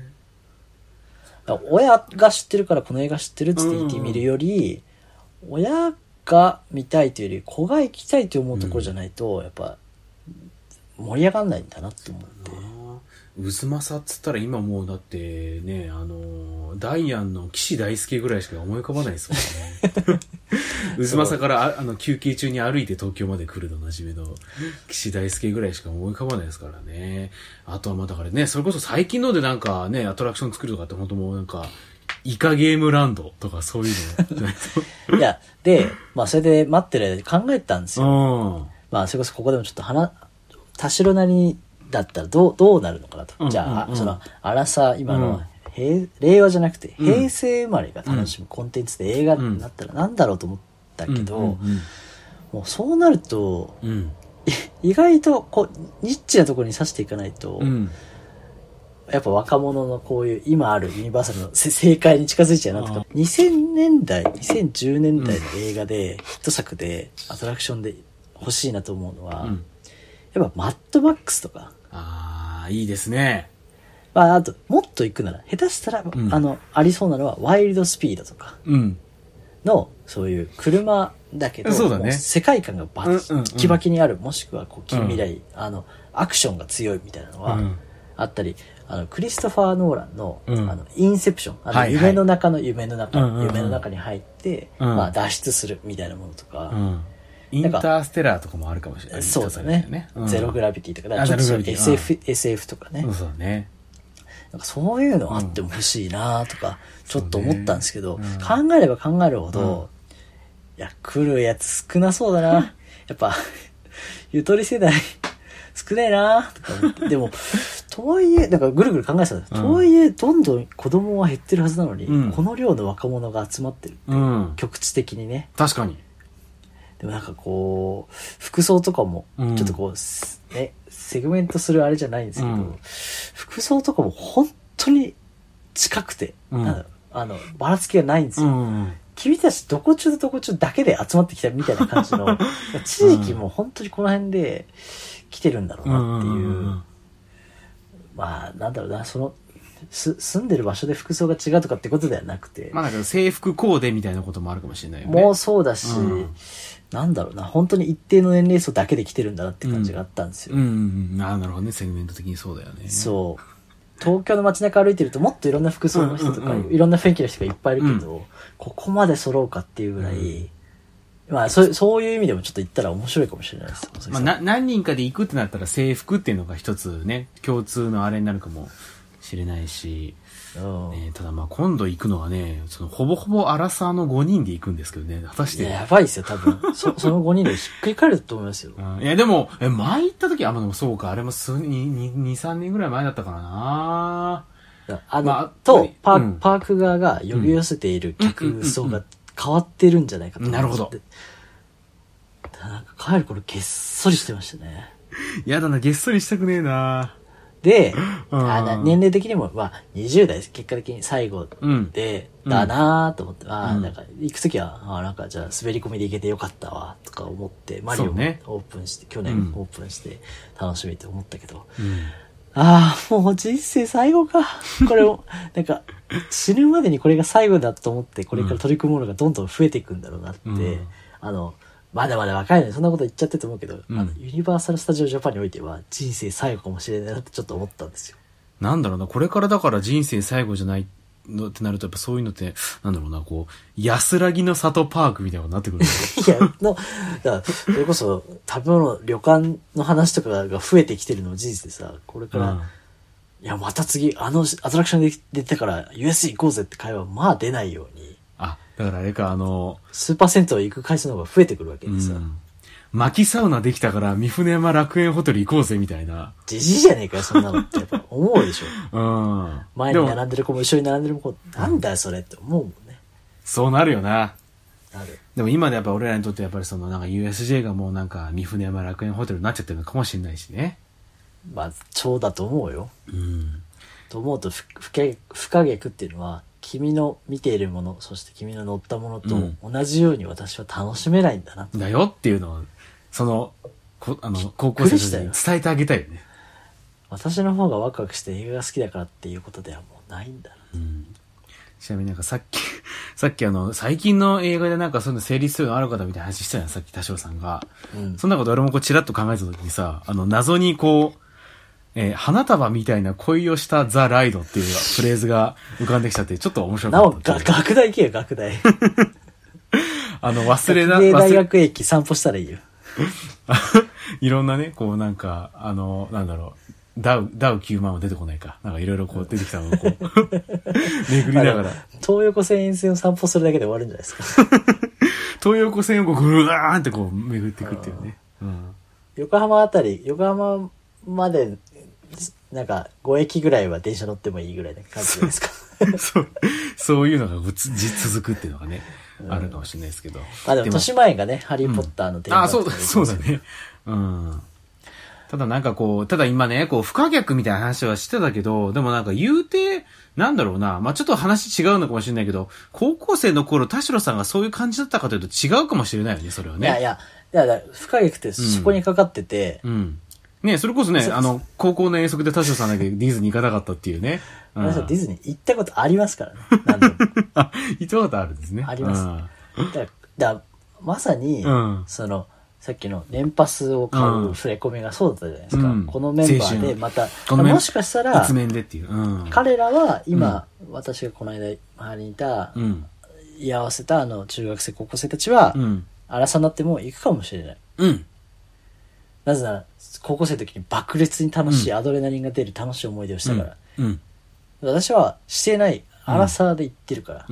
親が知ってるからこの映画知ってるっつって言ってみるより、親が見たいというより子が行きたいと思うところじゃないと、やっぱ盛り上がんないんだなって思って。 渦政っつったら今もうだってね、ダイアンの岸大輔ぐらいしか思い浮かばないですもんね。渦政から休憩中に歩いて東京まで来るのなじみの岸大輔ぐらいしか思い浮かばないですからね。あとはまあだからね、それこそ最近のでなんかね、アトラクション作るとかって本当もうなんか、イカゲームランドとかそういうのじゃないと。 いや、で、まあそれで待ってる間考えたんですよ。まあそれこそここでもちょっと田代なりにだったらどうなるのかなと。じゃあ、その、今の、令和じゃなくて、平成生まれが楽しむコンテンツで映画になったらなんだろうと思ったけど、もうそうなると、意外とこう、ニッチなところに刺していかないと、やっぱ若者のこういう今あるユニバーサルの正解に近づいちゃうなとか、2000年代、2010年代の映画で、ヒット作で、アトラクションで欲しいなと思うのは、やっぱマッドマックスとか。 いいですね。 まあ、あと、もっと行くなら、下手したら、ありそうなのは、ワイルドスピードとかの、そういう車だけど、世界観がバキバキにある、もしくはこう近未来、アクションが強いみたいなのはあったり、クリストファー・ノーランの、インセプション、夢の中の夢の中に入って、まあ、脱出するみたいなものとか、 インターステラーとかもあるかもしれない。 そうですね。ゼログラビティとか、ちょっと SF とかね。 そうね。 なんかそういうのあっても欲しいなとか、ちょっと思ったんですけど、考えれば考えるほど、いや、来るやつ少なそうだな。やっぱ、ゆとり世代少ないなとか思って。でも、とはいえ、だからぐるぐる考えてたんです。とはいえ、どんどん子供は減ってるはずなのに、この量の若者が集まってるって、局地的にね。 確かに。 でもなんかこう、服装とかも、ちょっとこう、セグメントするあれじゃないんですけど、服装とかも本当に近くて、ばらつきがないんですよ。君たちどこ中とどこ中だけで集まってきたみたいな感じの、地域も本当にこの辺で来てるんだろうなっていう、まあ、なんだろうな、住んでる場所で服装が違うとかってことではなくて。 まあだけど制服コーデみたいなこともあるかもしれないよね。 もうそうだし、なんだろうな、本当に一定の年齢層だけで来てるんだなって感じがあったんですよ。 なるほどね、セグメント的にそうだよね。 そう。東京の街中歩いてるともっといろんな服装の人とか、いろんな雰囲気の人がいっぱいいるけど、ここまで揃うかっていうぐらい、まあそういう意味でもちょっと行ったら面白いかもしれないです。 まあ何人かで行くってなったら制服っていうのが一つね、共通のあれになるかもしれないし、ただまあ今度行くのはね、ほぼほぼアラサーの5人で行くんですけどね、果たして。 やばいですよ、多分。その5人でひっくり返ると思いますよ。 いやでも、前行った時、でもそうか、あれも2、3年ぐらい前だったからなパーク側が呼び寄せている客層が変わってるんじゃないかと思って。 なるほど。 なんか帰る頃げっそりしてましたね。 やだな、げっそりしたくねえなで、年齢的にも、まあ、20代です。結果的に最後で、だなぁと思って、なんか、行くときは、なんか、じゃあ、滑り込みで行けてよかったわ、とか思って、マリオもオープンして、去年オープンして、楽しみって思ったけど、 ああ、もう人生最後か。これを、なんか、死ぬまでにこれが最後だと思って、これから取り組むものがどんどん増えていくんだろうなって、まだまだ若いのにそんなこと言っちゃってると思うけど、ユニバーサル・スタジオ・ジャパンにおいては人生最後かもしれないなってちょっと思ったんですよ。 なんだろうな、これからだから人生最後じゃないのってなると、やっぱそういうのって、なんだろうな、こう、安らぎの里パークみたいなことになってくる。 いや、だからそれこそ食べ物、旅館の話とかが増えてきてるのも事実でさ、これから、いや、また次、アトラクションで出てたから US 行こうぜって会話はまあ出ないように。 あ、だからあれか、 スーパー銭湯行く回数の方が増えてくるわけでさ。 薪サウナできたから三船山楽園ホテル行こうぜみたいな。 じじいじゃねえかよ、そんなのってやっぱ思うでしょ。前に並んでる子も一緒に並んでる子、なんだよそれって思うもんね。 そうなるよな。 なる。 でも今でやっぱ俺らにとってやっぱりそのなんか USJ がもうなんか三船山楽園ホテルになっちゃってるのかもしれないしね。 まあ、そうだと思うよ。と思うと、不可逆っていうのは、君の見ているもの、そして君の乗ったものと同じように私は楽しめないんだな。 だよっていうのを、高校生たちに伝えてあげたいよね。 私の方がワクワクして映画が好きだからっていうことではもうないんだな。 ちなみになんかさっき最近の映画でなんかそういうの成立するのある方みたいな話したじゃん、さっき田代さんが。そんなこと俺もこうチラッと考えた時にさ、謎にこう、花束みたいな恋をしたザ・ライドっていうフレーズが浮かんできちゃって、ちょっと面白かった。 学大行けよ、学大。 忘れな、 学芸大学駅散歩したらいいよ。 いろんなね、こうなんか、なんだろう、ダウ9万は出てこないか。なんかいろいろこう出てきたのをこう、巡りながら。 東横線沿線を散歩するだけで終わるんじゃないですか。 東横線をこうぐわーんってこう巡っていくっていうね。 横浜まで、なんか5駅ぐらいは電車乗ってもいいぐらいな感じじゃないですか。 そういうのが続くっていうのがね、あるかもしれないですけど。 でも豊島園がね、ハリーポッターのテーマパークそうだね。ただなんかこう、今ね、こう不可逆みたいな話はしてたけど、でもなんか言うて、なんだろうな、まあちょっと話違うのかもしれないけど、高校生の頃田代さんがそういう感じだったかというと違うかもしれないよね、それはね。 いや、不可逆ってそこにかかってて、 ね、それこそね、高校の遠足で田代さんだけディズニー行かなかったっていうね。 ディズニー行ったことありますからね。何度も。 行ったことあるんですね。 あります。まさに、さっきの年パスを買う触れ込みがそうだったじゃないですか。このメンバーでまた、もしかしたら、彼らは今、私がこの間周りにいた、居合わせた中学生、高校生たちは、荒さになっても行くかもしれない。なぜなら、高校生の時に爆裂に楽しい、アドレナリンが出る楽しい思い出をしたから。私はしてない、荒さで行ってるから、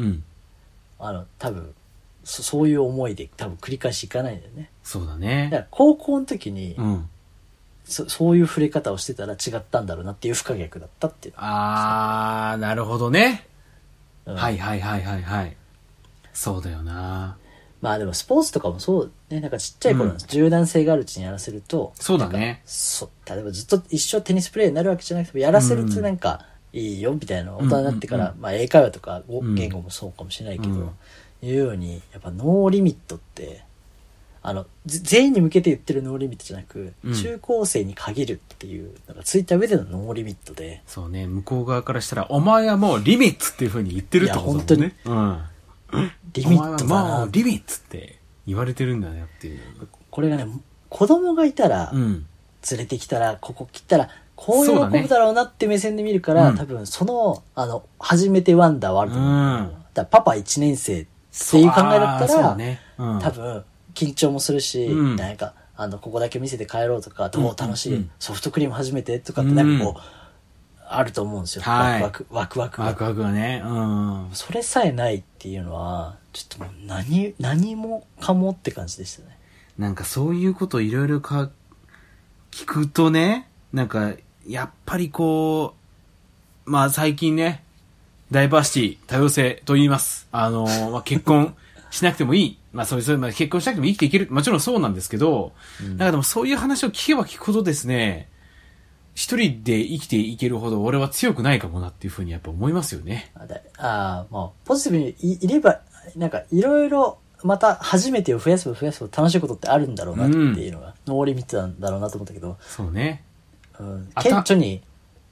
多分、そういう思いで多分繰り返しいかないんだよね。 そうだね。 だから高校の時に、そういう触れ方をしてたら違ったんだろうなっていう不可逆だったっていう。 なるほどね。はいはいはいはいはい。そうだよな。 まあでもスポーツとかもそうね、なんかちっちゃい頃の柔軟性があるうちにやらせると、 そうだね。 例えばずっと一生テニスプレーになるわけじゃなくて、やらせるとなんかいいよみたいな大人になってから、まあ英会話とか言語もそうかもしれないけど、いうように、やっぱノーリミットって、全員に向けて言ってるノーリミットじゃなく、中高生に限るっていうのがついた上でのノーリミットで。 そうね、向こう側からしたら、お前はもうリミッツっていう風に言ってるってことだもんね。いや、本当に。リミットだな。 もうリミッツって言われてるんだねっていう。 これがね、子供がいたら、連れてきたら、ここ来たら、こう喜ぶだろうなって目線で見るから、多分初めてワンダーはあると思う。だパパ1年生っていう考えだったら、多分、緊張もするし、なんか、ここだけ見せて帰ろうとか、楽しい、ソフトクリーム初めてとかってなんかこう、あると思うんですよ。ワクワクが。 ワクワクがね。 それさえないっていうのは、ちょっともう何もかもって感じでしたね。 なんかそういうこといろいろ聞くとね、なんか、やっぱりこう、まあ最近ね、ダイバーシティ、多様性と言います。結婚しなくてもいい。まあそういう、結婚しなくても生きていける。もちろんそうなんですけど、なんかでもそういう話を聞けば聞くほどですね、一人で生きていけるほど俺は強くないかもなっていうふうにやっぱ思いますよね。 まあ、ポジティブにいれば、なんかいろいろ、また初めてを増やせば楽しいことってあるんだろうなっていうのが、ノーリミットなんだろうなと思ったけど。 そうね。 顕著に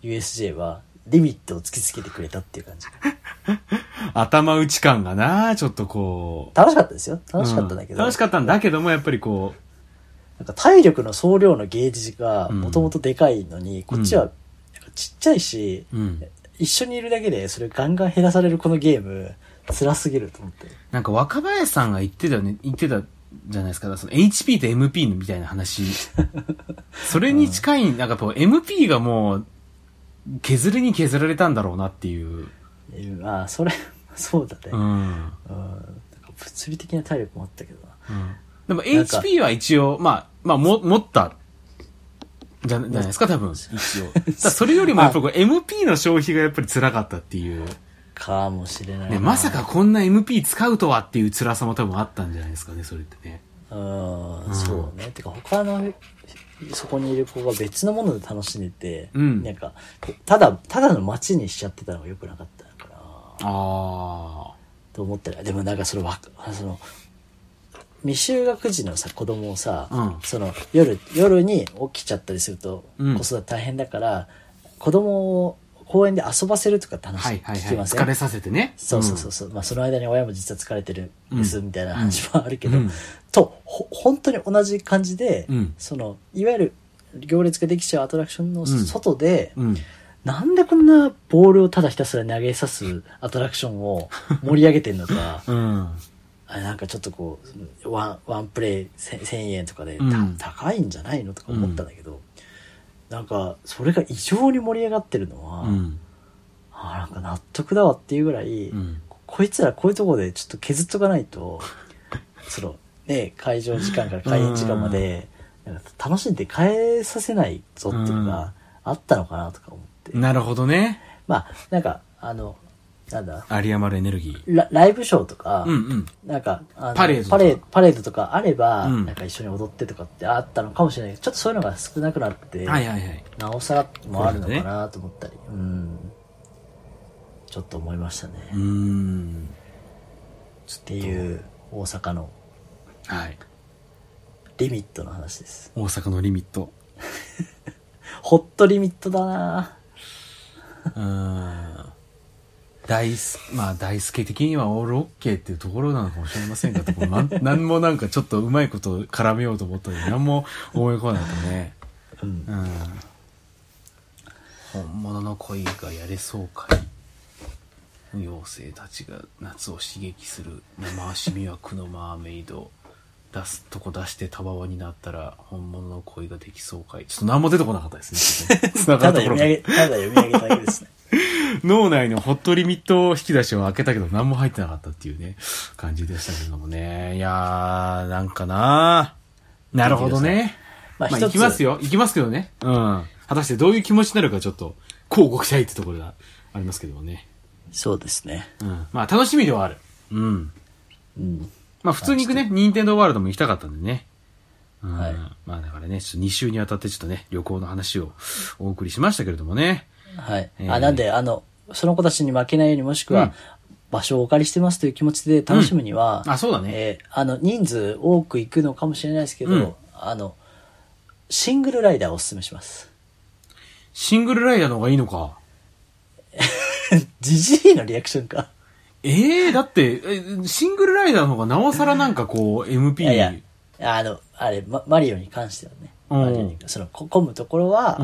USJ はリミットを突きつけてくれたっていう感じ。 頭打ち感がな、ちょっとこう。楽しかったですよ。楽しかったんだけど。 楽しかったんだけども、やっぱりこう。なんか体力の総量のゲージがもともとでかいのに、こっちはちっちゃいし、一緒にいるだけでそれガンガン減らされるこのゲーム、辛すぎると思って。 なんか若林さんが言ってたじゃないですか、その HP と MP みたいな話。それに近い、なんかこう MP がもう、削りに削られたんだろうなっていう。 ああ、そうだね。 なんか物理的な体力もあったけどな。 でも HP は一応、持ったじゃないですか、多分。一応。それよりもやっぱりMP の消費がやっぱり辛かったっていう。 かもしれないね。まさかこんな MP 使うとはっていう辛さも多分あったんじゃないですかね、それってね。 そうね。てか他の、そこにいる子が別のもので楽しんでて、なんか、ただの街にしちゃってたのが良くなかったのかな。と思ったら、でもなんかその、未就学児のさ、子供をさ、その、夜に起きちゃったりすると、子育て大変だから、子供を公園で遊ばせるとかって話聞きません？ 疲れさせてね。 そう。その間に親も実は疲れてるんです、みたいな話もあるけど、本当に同じ感じで、その、いわゆる行列ができちゃうアトラクションの外で、なんでこんなボールをただひたすら投げさすアトラクションを盛り上げてんのか、なんかちょっとこう、ワンプレイ1000円とかで、高いんじゃないのとか思ったんだけど、なんか、それが異常に盛り上がってるのは、なんか納得だわっていうぐらい、こいつらこういうところでちょっと削っとかないと、その、ね、会場時間から開演時間まで、なんか楽しんで帰させないぞっていうのがあったのかなとか思って。 なるほどね。 なんか、なんだ有り余るエネルギー。 ライブショーとか、なんか、パレードとかあれば、なんか一緒に踊ってとかってあったのかもしれないけど、ちょっとそういうのが少なくなって、なおさらもあるのかなと思ったり、ちょっと思いましたね。っていう大阪の、リミットの話です。 大阪のリミット。 ホットリミットだな大輔的にはオールオッケーっていうところなのかもしれませんが、なんもなんかちょっとうまいこと絡めようと思ったのに何も思い浮かばないとね。本物の恋がやれそうかい。妖精たちが夏を刺激する生足魅惑のマーメイド。出してたわわになったら本物の恋ができそうかい。ちょっと何も出てこなかったですね。 ただ読み上げただけですね。 脳内のホットリミット引き出しを開けたけど何も入ってなかったっていうね、感じでしたけどもね。いやー、なんかなるほどね。行きますよ。行きますけどね。果たしてどういう気持ちになるかちょっと、こうご期待ってところがありますけどもね。 そうですね。 楽しみではある。普通に行くね、ニンテンドーワールドも行きたかったんでね。だからね、ちょっと2週にわたってちょっとね、旅行の話をお送りしましたけれどもね。 なんで、その子たちに負けないように、もしくは、場所をお借りしてますという気持ちで楽しむには、 そうだね。 人数多く行くのかもしれないですけど、シングルライダーをお勧めします。 シングルライダーの方がいいのか。 ジジイのリアクションか。 だって、シングルライダーの方がなおさらなんかこう、MP。 マリオに関してはね。その、混むところは、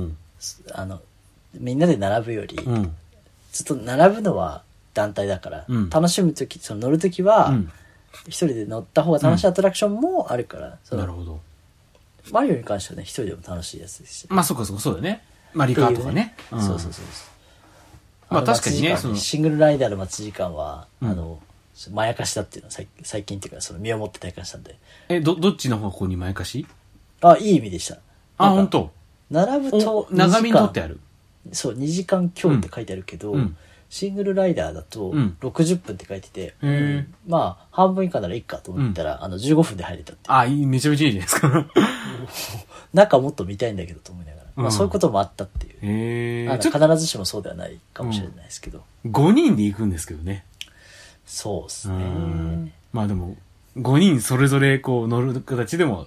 みんなで並ぶより、ずっと並ぶのは団体だから、楽しむとき、乗るときは、一人で乗った方が楽しいアトラクションもあるから、 なるほど。 マリオに関してはね、一人でも楽しいやつですし。 そうだね。マリカーとかね。 そう。 確かにね、 シングルライダーの待ち時間は、まやかしだっていうのは最近っていうか、身をもって体感したんで。 どっちの方向にまやかし？ いい意味でした。 本当。 並ぶと長めにとってある。 そう、2時間強って書いてあるけど、シングルライダーだと60分って書いてて、半分以下ならいいかと思ったら、15分で入れたって。 めちゃめちゃいいじゃないですか。 中もっと見たいんだけどと思いながら。そういうこともあったっていう。必ずしもそうではないかもしれないですけど。 5人で行くんですけどね。 そうですね。 でも、5人それぞれこう乗る形でも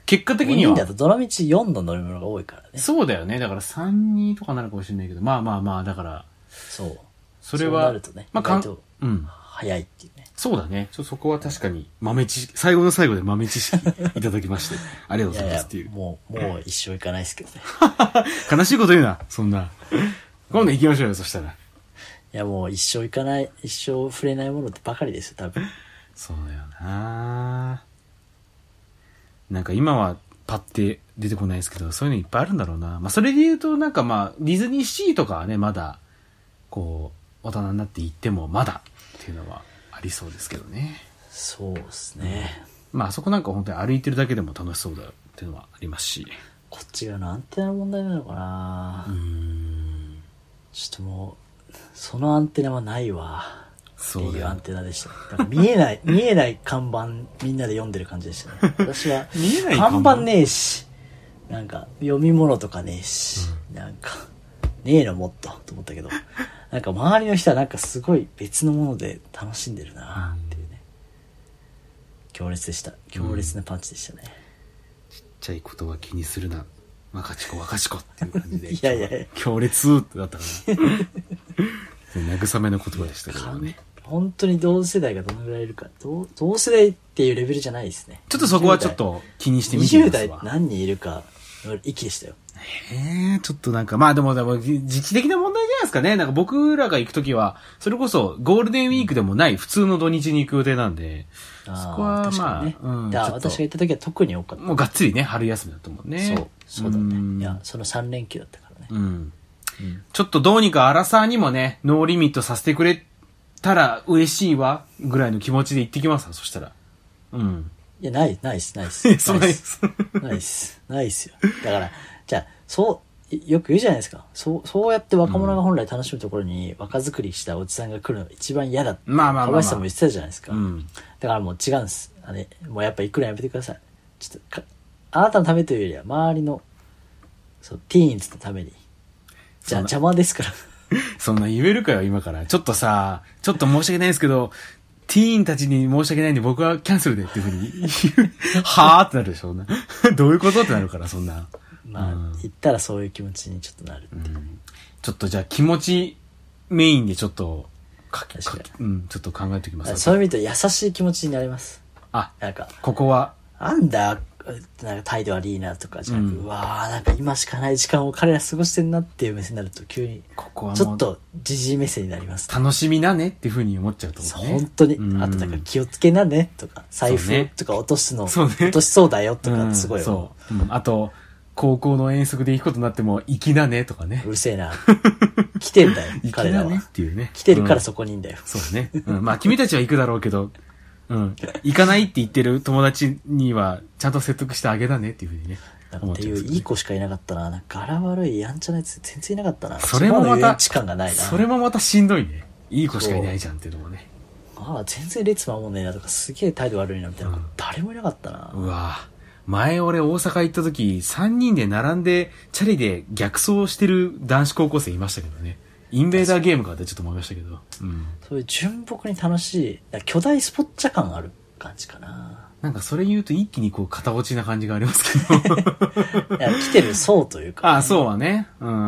結果的に 5 は。 人だとどの道4の乗り物が多いからね。 そうだよね。だから3、2とかなるかもしれないけど、まあ、だから、 そう。 それは、 そうなるとね、 まあ、 意外と早いっていうね。 そうだね。そこは確かに豆知識、最後の最後で豆知識いただきまして、ありがとうございますっていう。 もう一生いかないですけどね。 悲しいこと言うな、そんな。今度行きましょうよ、そしたら。いや、もう一生いかない、一生触れないものってばかりですよ、多分。 そうだよな。なんか今はパッて出てこないですけど、そういうのいっぱいあるんだろうな。まあそれで言うとなんかまあディズニーシーとかはね、まだこう大人になって行ってもまだっていうのはありそうですけどね。 そうですね。 まああそこなんか本当に歩いてるだけでも楽しそうだっていうのはありますし。 こっち側のアンテナの問題なのかな。ちょっともうそのアンテナはないわ。っていうアンテナでしたね。だから見えない看板みんなで読んでる感じでしたね。私は看板ねえし、なんか読み物とかねえし、なんかねえのもっと思ったけど、なんか周りの人はなんかすごい別のもので楽しんでるなっていうね。強烈でした。強烈なパンチでしたね。 ちっちゃいことは気にするな。若ちこっていう感じで。 いや強烈ってだったかな。慰めの言葉でしたけどね。 本当に同世代がどのぐらいいるか、同世代っていうレベルじゃないですね。 ちょっとそこはちょっと気にしてみてみますわ。 20代何人いるかの域でしたよ。 ちょっとなんか、まあでも時期的な問題じゃないですかね。なんか僕らが行くときは、それこそゴールデンウィークでもない普通の土日に行く予定なんで、そこはまあ、 ね、私が行った時は特に多かった。 もうがっつりね、春休みだったもんね。 そうだね。いや、その3連休だったからね。 ちょっとどうにかアラサーにもね、ノーリミットさせてくれたら嬉しいわ、ぐらいの気持ちで行ってきますわ、そしたら。 いや、ないっす。ないっすよ。だから、じゃあ、よく言うじゃないですか。そうやって若者が本来楽しむところに若作りしたおじさんが来るのが一番嫌だって。 まあ。 小林さんも言ってたじゃないですか。だからもう違うんです。もうやっぱ行くのやめてください。ちょっとあなたのためというよりは、周りの、ティーンズのために。じゃあ邪魔ですから。 そんな言えるかよ、今から。ちょっと申し訳ないですけど、ティーンたちに申し訳ないんで僕はキャンセルでっていうふうに言う。はぁってなるでしょ、どういうことってなるから、そんな。 まあ、言ったらそういう気持ちにちょっとなるっていう。 ちょっとじゃあ気持ちメインでちょっと、ちょっと考えておきます。 そういう意味と優しい気持ちになります。なんか、 ここは。 なんか態度悪いなとかじゃなく、うわーなんか今しかない時間を彼ら過ごしてんなっていう目線になると急に、ちょっとじじい目線になります、 ね。楽しみなねっていう風に思っちゃうと思うね。 本当に。あとだから気をつけなねとか、財布とか落としそうだよとかすごいよ。 あと、高校の遠足で行くことになっても、行きなねとかね。 うるせえな。来てんだよ、彼らは。 ねっていうね。 来てるからそこにいんだよ。 そうね。まあ君たちは行くだろうけど、行かないって言ってる友達には、ちゃんと説得してあげだねっていうふうにね。 っていういい子しかいなかったな。なんか柄悪いやんちゃなやつ全然いなかったな。 それもまた、 それもまたしんどいね。いい子しかいないじゃんっていうのもね。 全然列守んねえなとか、すげえ態度悪いなみたいな子、誰もいなかったな。 うわ前俺大阪行った時、3人で並んで、チャリで逆走してる男子高校生いましたけどね。インベーダーゲームかってちょっと思いましたけど。 そういう純朴に楽しい、巨大スポッチャ感ある感じかな。 なんかそれ言うと一気にこう片落ちな感じがありますけど。 来てる層というか、 そうはね。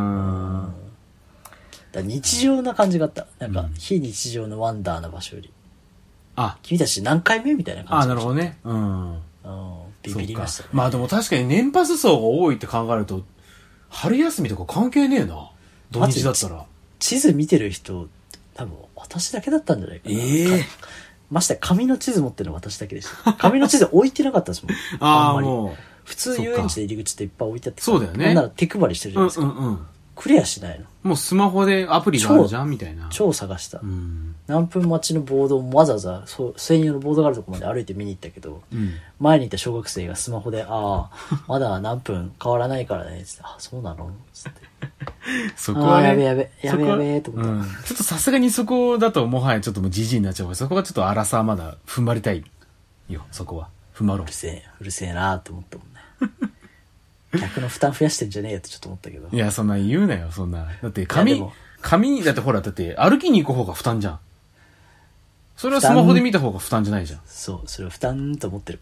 日常な感じがあった。なんか、非日常のワンダーな場所より。君たち何回目みたいな感じ。 なるほどね。 ビビりましたね。 まあでも確かに年パス層が多いって考えると、春休みとか関係ねえな。土日だったら。 地図見てる人、多分私だけだったんじゃないかな。まして紙の地図持ってるのは私だけでした。紙の地図置いてなかったですもん。あんまり。普通遊園地で入り口っていっぱい置いてあって。 そうだよね。 なんなら手配りしてるじゃないですか。クリアしないの。 もうスマホでアプリがあるじゃんみたいな。 超探した。何分待ちのボードもわざわざ専用のボードがあるところまで歩いて見に行ったけど、前にいた小学生がスマホで、まだ何分変わらないからね。そうなのつって。 そこはね。 やべと思った。 ちょっとさすがにそこだともはやちょっともうじじいになっちゃうから、そこはちょっと荒さまだ踏ん張りたいよ、そこは。踏ん張ろう。 うるせえなーって思ったもんね。客の負担増やしてんじゃねえよってちょっと思ったけど。 いや、そんな言うなよ、そんな。だって紙、だってほら、だって歩きに行く方が負担じゃん。それはスマホで見た方が負担じゃないじゃん。 そう、それを負担と思ってるから。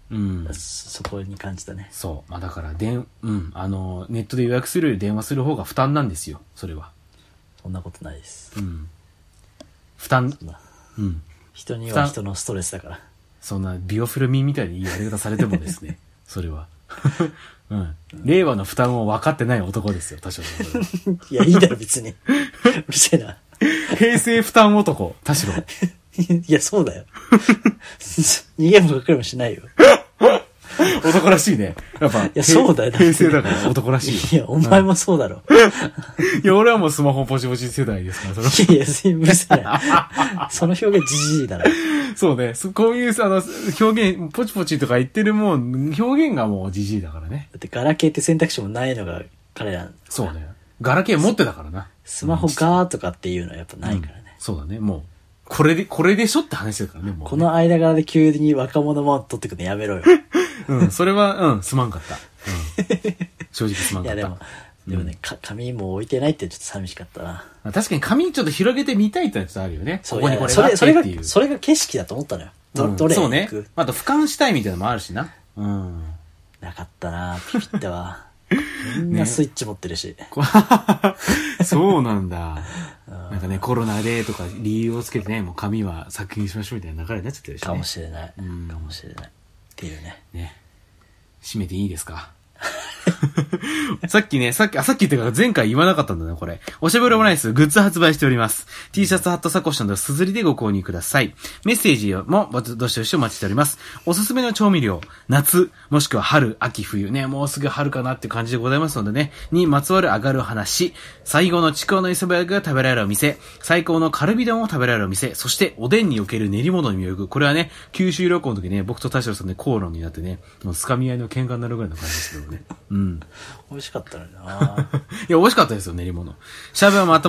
うん。 そこに感じたね。 そう。まあだから、ネットで予約するより電話する方が負担なんですよ、それは。 そんなことないです。 うん。負担。うん。 人には人のストレスだから。 そんなビオフィルミンみたいに言われ方されてもですね、それは。うん。令和の負担を分かってない男ですよ、多少。 いや、いいだろ、別に。うるせえな。 平成負担男、田代。 いや、そうだよ。逃げも隠れもしないよ。 男らしいね。やっぱ。 いや、そうだよ。 平成だから男らしい。 いや、お前もそうだろ。 いや、俺はもうスマホポチポチ世代ですから、 いや、うるせえな。その表現じじいだろ。 そうね。こういう表現、ポチポチとか言ってるもう、表現がもうじじいだからね。 だってガラケーって選択肢もないのが彼ら。 そうね。ガラケー持ってたからな。 スマホガーとかっていうのはやっぱないからね。 そうだね。もう、これでしょって話だからね、もう、ね。 この間柄で急に若者も取ってくのやめろよ。 うん、それは、すまんかった。正直すまんかった。いや、 でもね、紙も置いてないってちょっと寂しかったな。 確かに紙ちょっと広げてみたいってやつあるよね。 そう、 ここにこれがあってっていう。 それが景色だと思ったのよ。どれそうね。あと俯瞰したいみたいなのもあるしな。うん。 なかったな、ピピっては。みんなスイッチ持ってるし。 そうなんだ。なんかね、コロナでとか理由をつけてね、もう紙は作品にしましょうみたいな流れになっちゃってるしね。 かもしれない。かもしれない。っていうね。 ね。締めていいですか？さっき言ってから前回言わなかったんだね、これ。おしゃべりオムライスグッズ発売しております。T シャツ、ハット、サコッシュなどすずりでご購入ください。メッセージもどしどしお待ちしております。おすすめの調味料、夏、もしくは春、秋、冬ね、もうすぐ春かなって感じでございますのでね、にまつわる上がる話、最後のちくわの磯辺が食べられるお店、最高のカルビ丼を食べられるお店、そしておでんにおける練り物の魅力。これはね、九州旅行の時ね、僕と田代さんで口論になってね、もうつかみ合いの喧嘩になるぐらいの感じですけどね。うん。 美味しかったのにな。 いや、美味しかったですよ、練り物。シャブアム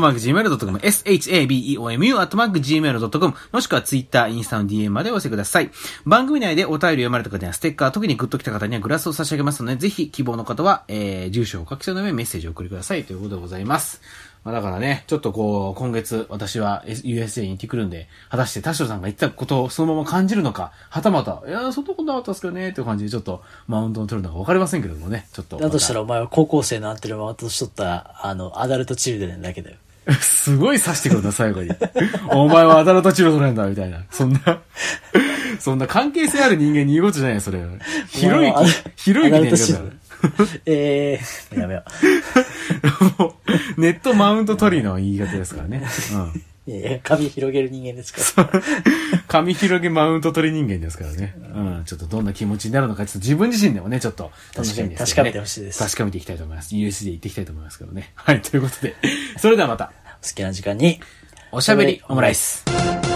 @gmail.com、shabeomu@gmail.com、もしくはツイッター、インスタの DM までお寄せください。番組内でお便り読まれた方にはステッカー、特にグッと来た方にはグラスを差し上げますので、ぜひ希望の方は、住所をお書き添えの上メッセージをお送りくださいということでございます。まあ、だからね、ちょっと今月私は USJ に行ってくるんで、果たして田代さんが言ったことをそのまま感じるのか、はたまた、いや、そんなことなかったですけどね、っていう感じでちょっとマウントを取るのか分かりませんけれどもね、ちょっと。 だとしたらお前は高校生のアンテナマウントしとったアダルトチルドレンだけだよ。 すごい刺してくるんだ、最後に。お前はアダルトチルドレンだ、みたいな。そんな関係性ある人間に言うことじゃないよ、それ。ひろゆきで言うから。 やめよう。もう、ネットマウント取りの言い方ですからね。 うん。いや、髪広げる人間ですから。 髪広げマウント取り人間ですからね。うん。ちょっとどんな気持ちになるのか、ちょっと自分自身でもね、ちょっと楽しみですね。 確かめてほしいです。 確かめていきたいと思います。USJ 行っていきたいと思いますけどね。はい、ということで。それではまた。 好きな時間に、 おしゃべりオムライス。